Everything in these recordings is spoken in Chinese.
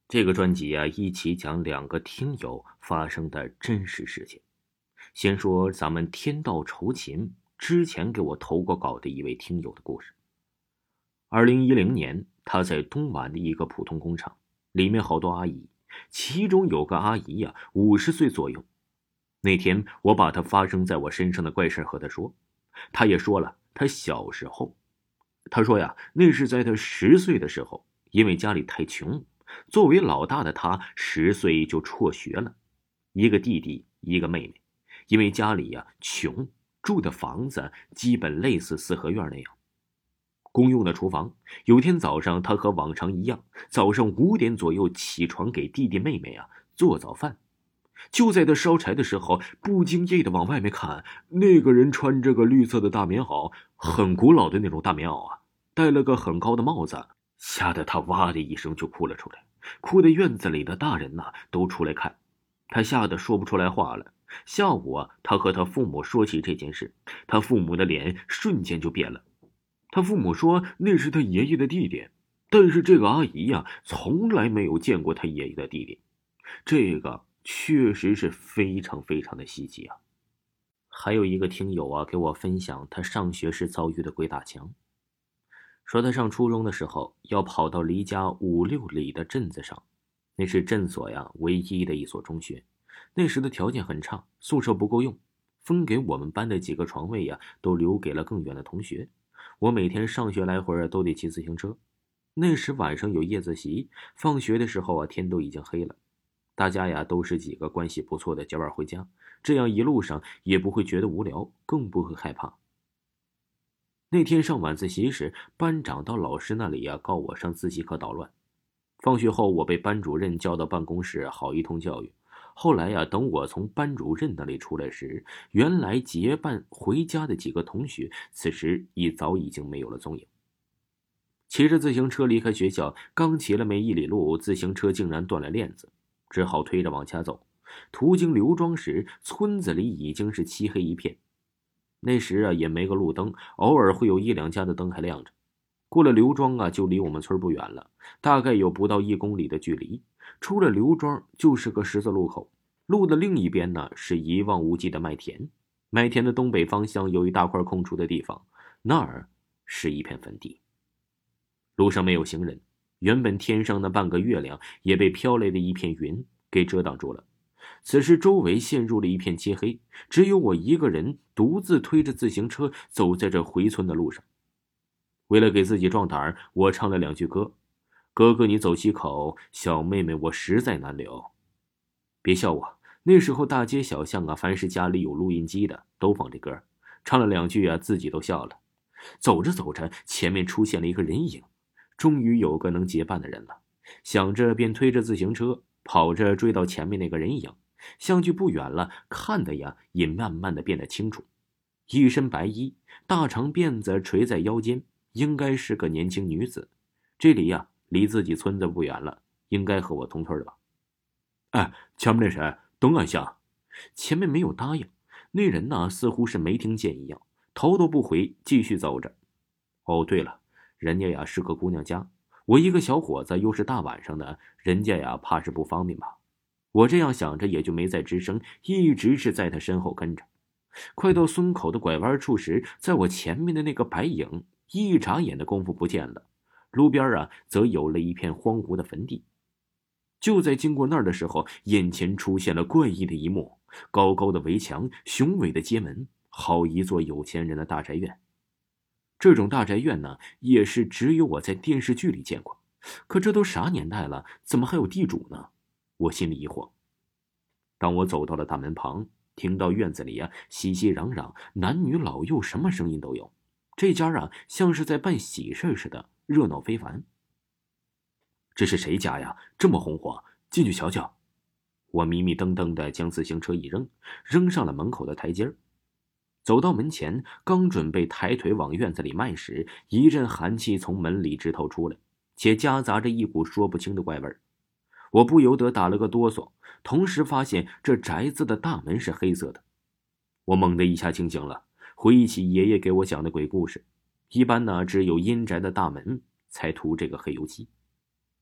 这个专辑啊，一起讲两个听友发生的真实事情。先说咱们天道酬勤之前给我投过稿的一位听友的故事。2010年，他在东莞的一个普通工厂，里面好多阿姨，其中有个阿姨呀，50岁左右。那天我把她发生在我身上的怪事和她说，她也说了她小时候。她说呀，那是在她10岁的时候，因为家里太穷，作为老大的她10岁就辍学了，一个弟弟一个妹妹，因为家里呀穷，住的房子基本类似四合院那样，公用的厨房。有天早上，她和往常一样，早上5点左右起床给弟弟妹妹做早饭。就在他烧柴的时候，不经意的往外面看，那个人穿着个绿色的大棉袄，很古老的那种大棉袄啊，戴了个很高的帽子，吓得他哇的一声就哭了出来，哭得院子里的大人都出来看，他吓得说不出来话了。下午他和他父母说起这件事，他父母的脸瞬间就变了。他父母说那是他爷爷的弟弟，但是这个阿姨从来没有见过他爷爷的弟弟，这个确实是非常非常的稀奇啊。还有一个听友给我分享他上学时遭遇的鬼打墙，说他上初中的时候要跑到离家5、6里的镇子上，那是镇所唯一的一所中学。那时的条件很差，宿舍不够用，分给我们班的几个床位都留给了更远的同学。我每天上学来回都得骑自行车。那时晚上有夜自习，放学的时候天都已经黑了，大家都是几个关系不错的结伴回家，这样一路上也不会觉得无聊，更不会害怕。那天上晚自习时，班长到老师那里告我上自习课捣乱。放学后，我被班主任叫到办公室好一通教育。后来等我从班主任那里出来时，原来结伴回家的几个同学此时早已经没有了踪影。骑着自行车离开学校，刚骑了没1里路，自行车竟然断了链子，只好推着往家走。途经刘庄时，村子里已经是漆黑一片。那时也没个路灯，偶尔会有1、2家的灯还亮着。过了刘庄就离我们村不远了，大概有不到1公里的距离。出了刘庄就是个十字路口，路的另一边是一望无际的麦田，麦田的东北方向有一大块空出的地方，那儿是一片坟地。路上没有行人，原本天上的半个月亮也被飘来的一片云给遮挡住了。此时周围陷入了一片漆黑，只有我一个人独自推着自行车走在这回村的路上。为了给自己壮胆，我唱了2句歌：哥哥你走西口，小妹妹我实在难留。别笑我，那时候大街小巷凡是家里有录音机的都放这歌，唱了2句自己都笑了。走着走着，前面出现了一个人影，终于有个能结伴的人了。想着便推着自行车跑着追到前面那个人影，相距不远了，看的也慢慢的变得清楚。一身白衣，大长辫子垂在腰间，应该是个年轻女子。这里离自己村子不远了，应该和我同村的吧。哎，前面那谁，等俺下。前面没有答应，那人似乎是没听见一样，头都不回继续走着。哦对了，人家是个姑娘家，我一个小伙子又是大晚上的，人家怕是不方便吧。我这样想着也就没再吱声，一直是在他身后跟着。快到村口的拐弯处时，在我前面的那个白影一眨眼的功夫不见了，路边则有了一片荒芜的坟地。就在经过那儿的时候，眼前出现了怪异的一幕：高高的围墙，雄伟的街门，好一座有钱人的大宅院。这种大宅院也是只有我在电视剧里见过，可这都啥年代了，怎么还有地主呢？我心里疑惑。当我走到了大门旁，听到院子里熙熙攘攘，男女老幼什么声音都有。这家像是在办喜事似的，热闹非凡。这是谁家呀？这么红火，进去瞧瞧。我迷迷瞪瞪的将自行车一扔，扔上了门口的台阶。走到门前，刚准备抬腿往院子里迈时，一阵寒气从门里直透出来，且夹杂着一股说不清的怪味。我不由得打了个哆嗦，同时发现这宅子的大门是黑色的。我猛地一下清醒了，回忆起爷爷给我讲的鬼故事，一般只有阴宅的大门才涂这个黑油漆。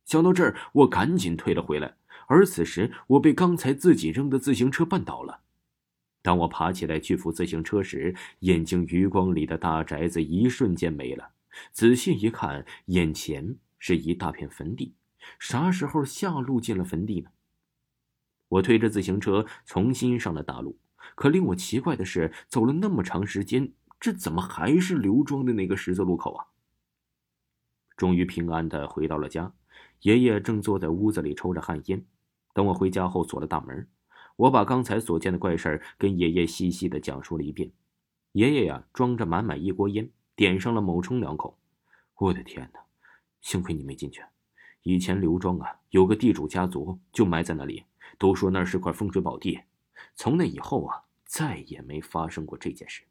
想到这儿，我赶紧退了回来，而此时我被刚才自己扔的自行车绊倒了。当我爬起来去扶自行车时，眼睛余光里的大宅子一瞬间没了。仔细一看，眼前是一大片坟地，啥时候下路进了坟地呢？我推着自行车重新上了大路，可令我奇怪的是，走了那么长时间，这怎么还是刘庄的那个十字路口啊？终于平安地回到了家，爷爷正坐在屋子里抽着旱烟。等我回家后锁了大门，我把刚才所见的怪事跟爷爷细细地讲述了一遍。爷爷呀，装着满满一锅烟，点上了猛冲2口。我的天哪，幸亏你没进去。以前刘庄啊，有个地主家族就埋在那里，都说那是块风水宝地。从那以后啊，再也没发生过这件事。